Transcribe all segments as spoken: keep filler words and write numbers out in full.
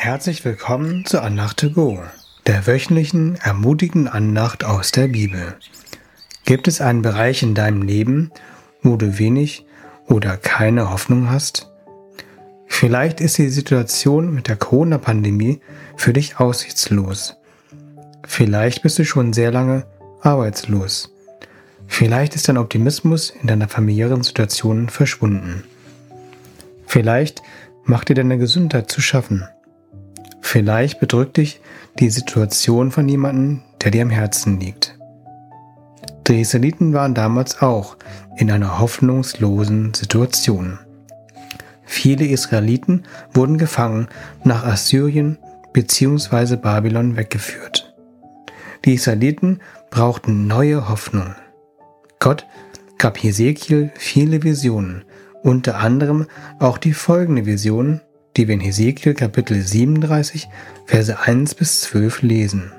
Herzlich willkommen zur Andacht to go, der wöchentlichen ermutigenden Andacht aus der Bibel. Gibt es einen Bereich in deinem Leben, wo du wenig oder keine Hoffnung hast? Vielleicht ist die Situation mit der Corona-Pandemie für dich aussichtslos. Vielleicht bist du schon sehr lange arbeitslos. Vielleicht ist dein Optimismus in deiner familiären Situation verschwunden. Vielleicht macht dir deine Gesundheit zu schaffen. Vielleicht bedrückt dich die Situation von jemandem, der dir am Herzen liegt. Die Israeliten waren damals auch in einer hoffnungslosen Situation. Viele Israeliten wurden gefangen nach Assyrien bzw. Babylon weggeführt. Die Israeliten brauchten neue Hoffnung. Gott gab Hesekiel viele Visionen, unter anderem auch die folgende Vision, die wir in Hesekiel Kapitel siebenunddreißig, Verse eins bis zwölf lesen.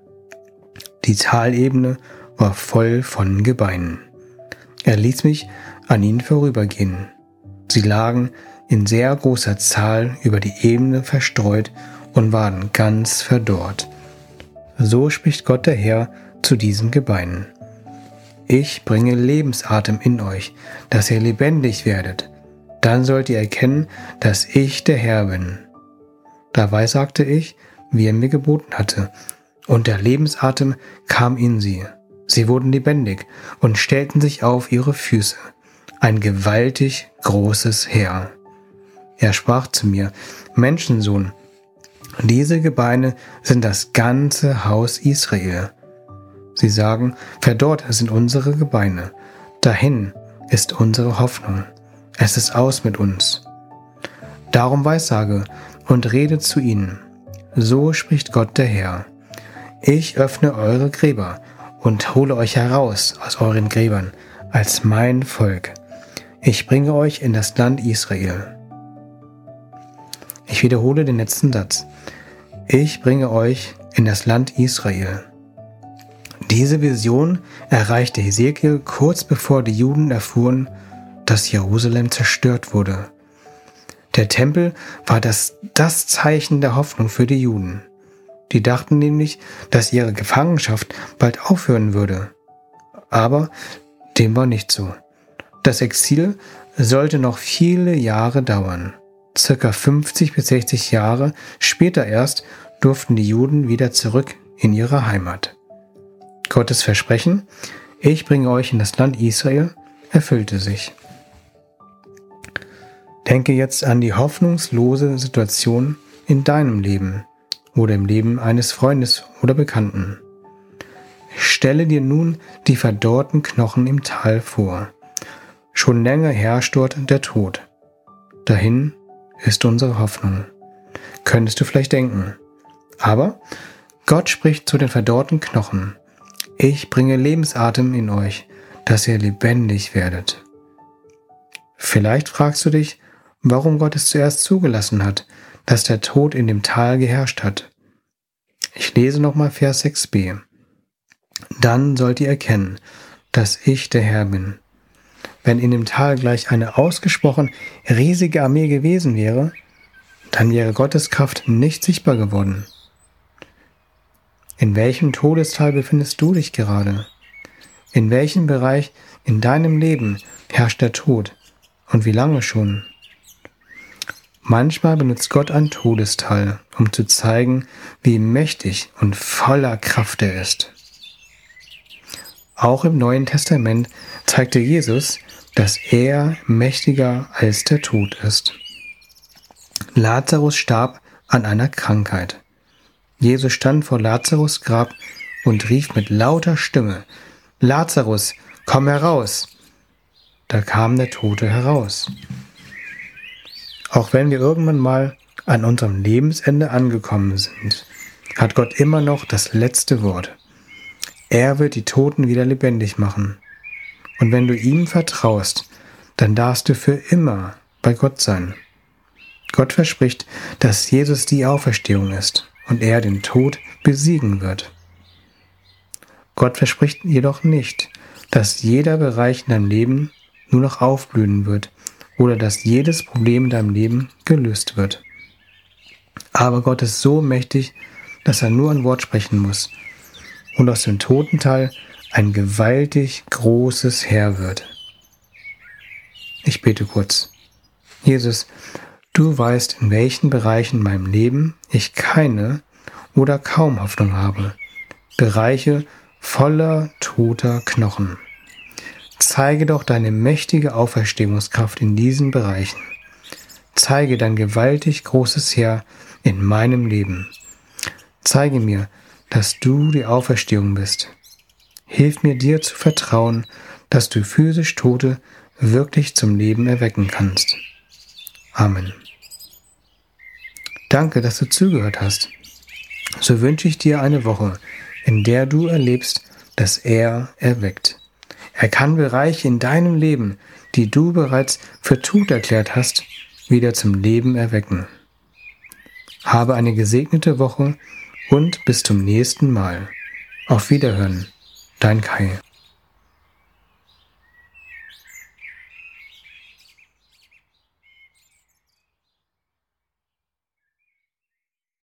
Die Talebene war voll von Gebeinen. Er ließ mich an ihnen vorübergehen. Sie lagen in sehr großer Zahl über die Ebene verstreut und waren ganz verdorrt. So spricht Gott der Herr zu diesen Gebeinen. Ich bringe Lebensatem in euch, dass ihr lebendig werdet. Dann sollt ihr erkennen, dass ich der Herr bin. Dabei sagte ich, wie er mir geboten hatte, und der Lebensatem kam in sie. Sie wurden lebendig und stellten sich auf ihre Füße, ein gewaltig großes Heer. Er sprach zu mir, Menschensohn, diese Gebeine sind das ganze Haus Israel. Sie sagen, verdorrt sind unsere Gebeine, dahin ist unsere Hoffnung. Es ist aus mit uns. Darum weissage und rede zu ihnen. So spricht Gott der Herr. Ich öffne eure Gräber und hole euch heraus aus euren Gräbern als mein Volk. Ich bringe euch in das Land Israel. Ich wiederhole den letzten Satz. Ich bringe euch in das Land Israel. Diese Vision erreichte Hesekiel kurz bevor die Juden erfuhren, dass Jerusalem zerstört wurde. Der Tempel war das, das Zeichen der Hoffnung für die Juden. Die dachten nämlich, dass ihre Gefangenschaft bald aufhören würde. Aber dem war nicht so. Das Exil sollte noch viele Jahre dauern. Circa fünfzig bis sechzig Jahre später erst durften die Juden wieder zurück in ihre Heimat. Gottes Versprechen, ich bringe euch in das Land Israel, erfüllte sich. Denke jetzt an die hoffnungslose Situation in deinem Leben oder im Leben eines Freundes oder Bekannten. Stelle dir nun die verdorrten Knochen im Tal vor. Schon länger herrscht dort der Tod. Dahin ist unsere Hoffnung. Könntest du vielleicht denken. Aber Gott spricht zu den verdorrten Knochen. Ich bringe Lebensatem in euch, dass ihr lebendig werdet. Vielleicht fragst du dich, warum Gott es zuerst zugelassen hat, dass der Tod in dem Tal geherrscht hat. Ich lese nochmal Vers sechs b. Dann sollt ihr erkennen, dass ich der Herr bin. Wenn in dem Tal gleich eine ausgesprochen riesige Armee gewesen wäre, dann wäre Gottes Kraft nicht sichtbar geworden. In welchem Todestal befindest du dich gerade? In welchem Bereich in deinem Leben herrscht der Tod? Und wie lange schon? Manchmal benutzt Gott ein Todestal, um zu zeigen, wie mächtig und voller Kraft er ist. Auch im Neuen Testament zeigte Jesus, dass er mächtiger als der Tod ist. Lazarus starb an einer Krankheit. Jesus stand vor Lazarus' Grab und rief mit lauter Stimme, Lazarus, komm heraus! Da kam der Tote heraus. Auch wenn wir irgendwann mal an unserem Lebensende angekommen sind, hat Gott immer noch das letzte Wort. Er wird die Toten wieder lebendig machen. Und wenn du ihm vertraust, dann darfst du für immer bei Gott sein. Gott verspricht, dass Jesus die Auferstehung ist und er den Tod besiegen wird. Gott verspricht jedoch nicht, dass jeder Bereich in deinem Leben nur noch aufblühen wird oder dass jedes Problem in deinem Leben gelöst wird. Aber Gott ist so mächtig, dass er nur ein Wort sprechen muss und aus dem Totental ein gewaltig großes Heer wird. Ich bete kurz. Jesus, du weißt, in welchen Bereichen in meinem Leben ich keine oder kaum Hoffnung habe. Bereiche voller toter Knochen. Zeige doch deine mächtige Auferstehungskraft in diesen Bereichen. Zeige dein gewaltig großes Heer in meinem Leben. Zeige mir, dass du die Auferstehung bist. Hilf mir, dir zu vertrauen, dass du physisch Tote wirklich zum Leben erwecken kannst. Amen. Danke, dass du zugehört hast. So wünsche ich dir eine Woche, in der du erlebst, dass er erweckt. Er kann Bereiche in deinem Leben, die du bereits für tot erklärt hast, wieder zum Leben erwecken. Habe eine gesegnete Woche und bis zum nächsten Mal. Auf Wiederhören, dein Kai.